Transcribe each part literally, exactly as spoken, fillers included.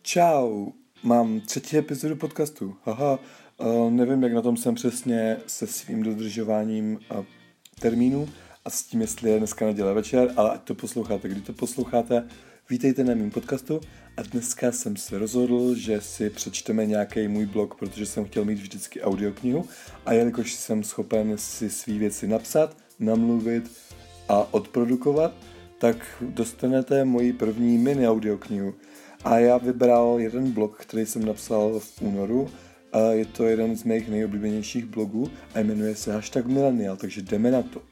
Čau, mám třetí epizodu podcastu. Haha, uh, nevím, jak na tom jsem přesně se svým dodržováním uh, termínu a s tím, jestli je dneska neděle večer, ale ať to posloucháte, kdy to posloucháte, vítejte na mém podcastu a dneska jsem se rozhodl, že si přečteme nějaký můj blog, protože jsem chtěl mít vždycky audioknihu a jelikož jsem schopen si svý věci napsat, namluvit a odprodukovat, tak dostanete moji první mini audioknihu. A já vybral jeden blog, který jsem napsal v únoru. A je to jeden z mých nejoblíbenějších blogů a jmenuje se hashtag millennial, takže jdeme na to.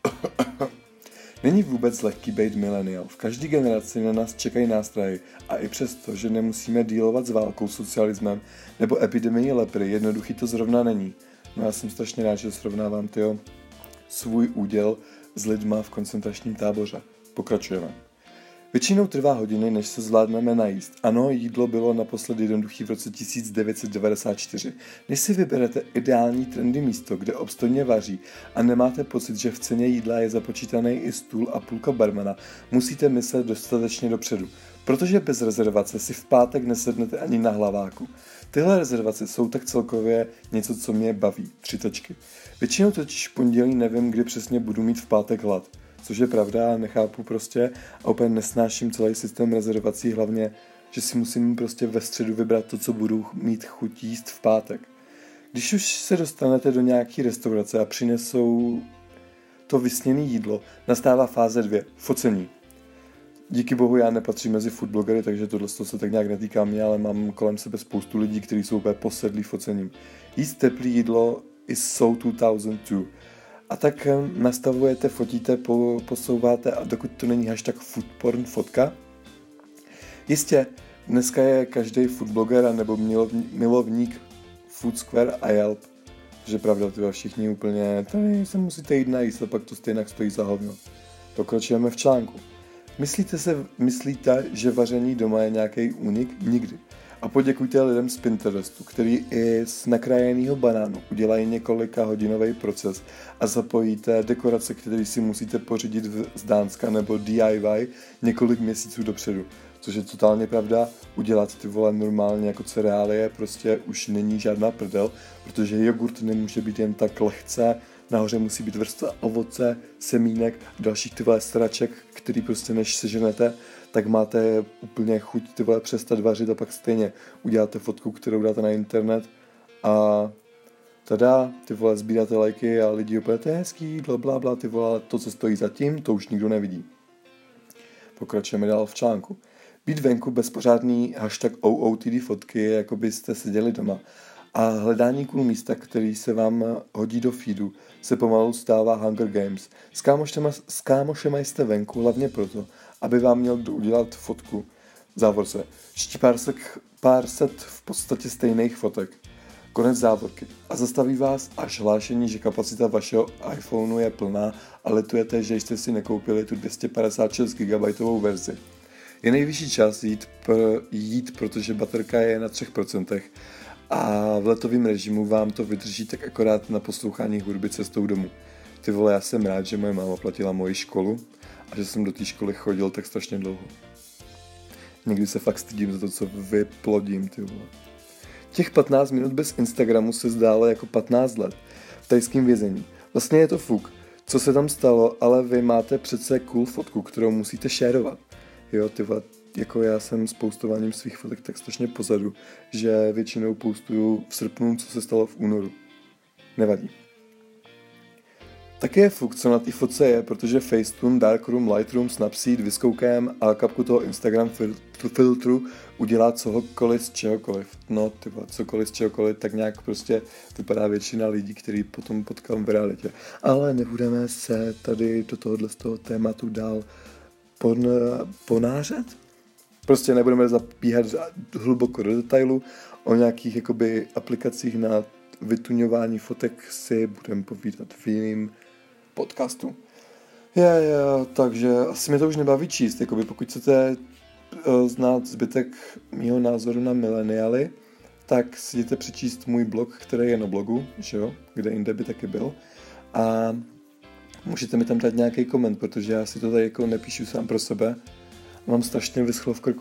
Není vůbec lehký být millennial. V každé generaci na nás čekají nástrahy a i přesto, že nemusíme dílovat s válkou, socialismem nebo epidemií lepry, jednoduchý to zrovna není. No já jsem strašně rád, že srovnávám tyjo, svůj úděl s lidma v koncentračním táboře. Pokračujeme. Většinou trvá hodiny, než se zvládneme najíst. Ano, jídlo bylo naposledy jednoduchý v roce tisíc devět set devadesát čtyři. Než si vyberete ideální trendy místo, kde obstojně vaří a nemáte pocit, že v ceně jídla je započítaný i stůl a půlka barmana, musíte myslet dostatečně dopředu. Protože bez rezervace si v pátek nesednete ani na hlaváku. Tyhle rezervace jsou tak celkově něco, co mě baví. Tři tečky. Většinou totiž v pondělí nevím, kdy přesně budu mít v pátek hlad. Což je pravda, nechápu prostě a úplně nesnáším celý systém rezervací, hlavně, že si musím prostě ve středu vybrat to, co budu mít chuť jíst v pátek. Když už se dostanete do nějaký restaurace a přinesou to vysněné jídlo, nastává fáze dvě, focení. Díky bohu já nepatřím mezi foodblogery, takže tohle se tak nějak netýká mě, ale mám kolem sebe spoustu lidí, kteří jsou úplně posedlí focením. Jíst teplý jídlo is so two thousand two. A tak nastavujete, fotíte, posouváte a dokud to není hashtag foodporn fotka. Jistě, dneska je každý foodbloger nebo milovník Foodsquare a Yelp. Takže pravda, tyhle všichni úplně, tady se musíte jít najíst a pak to stejně stojí za hovno. Pokračujeme v článku. Myslíte, se, myslíte, že vaření doma je nějaký únik? Nikdy. A poděkujte lidem z Pinterestu, který i z nakrájeného banánu udělají několika hodinový proces a zapojíte dekorace, které si musíte pořídit z Dánska nebo D I Y několik měsíců dopředu. Což je totálně pravda, udělat ty vole normálně jako cereálie prostě už není žádná prdel, protože jogurt nemůže být jen tak lehce, nahoře musí být vrstva ovoce, semínek a dalších ty vole sraček, který prostě než seženete, tak máte úplně chuť ty vole přestat vařit a pak stejně uděláte fotku, kterou dáte na internet a tada, ty vole sbíráte lajky a lidi opět, to je hezký, blablabla, bla, ty vole, to, co stojí za tím, to už nikdo nevidí. Pokračujeme dál v článku. Být venku bez pořádný hashtag O O T D fotky je, jako byste seděli doma. A hledání cool místa, který se vám hodí do feedu, se pomalu stává Hunger Games. S kámošema, s kámošema jste venku hlavně proto, aby vám měl kdo udělat fotku. V závorce. Ští pár, sek, pár set v podstatě stejných fotek. Konec závorky. A zastaví vás až hlášení, že kapacita vašeho iPhoneu je plná a litujete, že jste si nekoupili tu dvě stě padesát šest gigabajtovou verzi. Je nejvyšší čas jít, pr- jít, protože baterka je na tři procenta a v letovém režimu vám to vydrží tak akorát na poslouchání hudby cestou domů. Ty vole, já jsem rád, že moje máma platila moji školu a že jsem do té školy chodil tak strašně dlouho. Někdy se fakt stydím za to, co vyplodím, ty vole. Těch patnáct minut bez Instagramu se zdálo jako patnáct let v thajském vězení. Vlastně je to fuk, co se tam stalo, ale vy máte přece cool fotku, kterou musíte šérovat. Jo, ty vole, jako já jsem s postováním svých fotek tak strašně pozadu, že většinou postuju v srpnu, co se stalo v únoru. Nevadí. Taky je fuk, co na té fotce je, protože Facetune, Darkroom, Lightroom, Snapseed, vyzkoukem a kapku toho Instagram filtru udělá cokoliv z čehokoliv. No, tyba, cokoliv z čehokoliv, tak nějak prostě vypadá většina lidí, který potom potkám v realitě. Ale nebudeme se tady do tohohle z toho tématu dál pon, ponářet. Prostě nebudeme zapíhat hluboko do detailu. O nějakých jakoby aplikacích na vytuňování fotek si budeme povídat v jiným podcastu. Je, je, takže asi mě to už nebaví číst. Jakoby pokud chcete uh, znát zbytek mýho názoru na mileniály, tak si jděte přečíst můj blog, který je na blogu, že jo? Kde jinde by taky byl. A můžete mi tam dát nějaký koment, protože já si to tady jako nepíšu sám pro sebe. Mám strašně vyschlo v krku.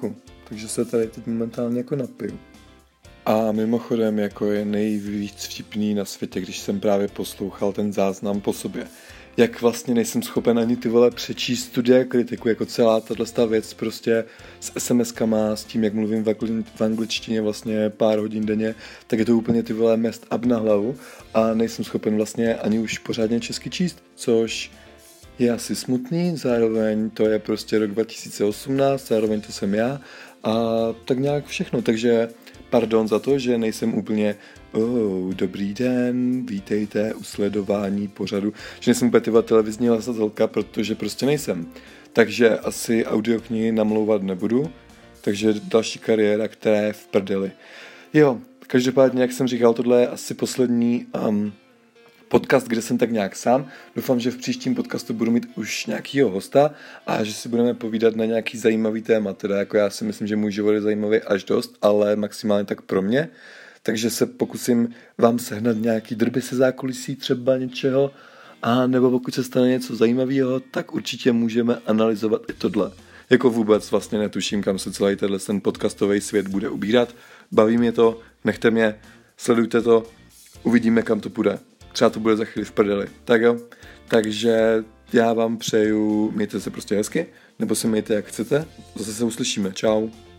takže se tady teď momentálně jako napiju. A mimochodem jako je nejvíc vtipný na světě, když jsem právě poslouchal ten záznam po sobě. Jak vlastně nejsem schopen ani ty vole přečíst tu diakritiku, jako celá tato věc prostě s SMSkama, s tím, jak mluvím v, angli- v angličtině vlastně pár hodin denně, tak je to úplně ty vole mest up na hlavu a nejsem schopen vlastně ani už pořádně česky číst, což je asi smutný, zároveň to je prostě rok dva tisíce osmnáct, zároveň to jsem já a tak nějak všechno, takže pardon za to, že nejsem úplně oh, dobrý den, vítejte u sledování pořadu, že nejsem úplně tyhle televizní hlasatelka, protože prostě nejsem. Takže asi audioknihy namlouvat nebudu, takže další kariéra, která je v prdeli. Jo, každopádně, jak jsem říkal, tohle je asi poslední um, podcast, kde jsem tak nějak sám. Doufám, že v příštím podcastu budu mít už nějakýho hosta a že si budeme povídat na nějaký zajímavý téma. Teda jako já si myslím, že můj život je zajímavý až dost, ale maximálně tak pro mě. Takže se pokusím vám sehnat nějaký drby se zákulisí třeba něčeho a nebo pokud se stane něco zajímavého, tak určitě můžeme analyzovat i tohle. Jako vůbec vlastně netuším, kam se celý tenhle ten podcastový svět bude ubírat. Baví mě to, nechte mě, sledujte to, uvidíme, kam to půjde. Třeba to bude za chvíli v prdeli. Tak jo, takže já vám přeju, mějte se prostě hezky, nebo se mějte jak chcete. Zase se uslyšíme. Čau.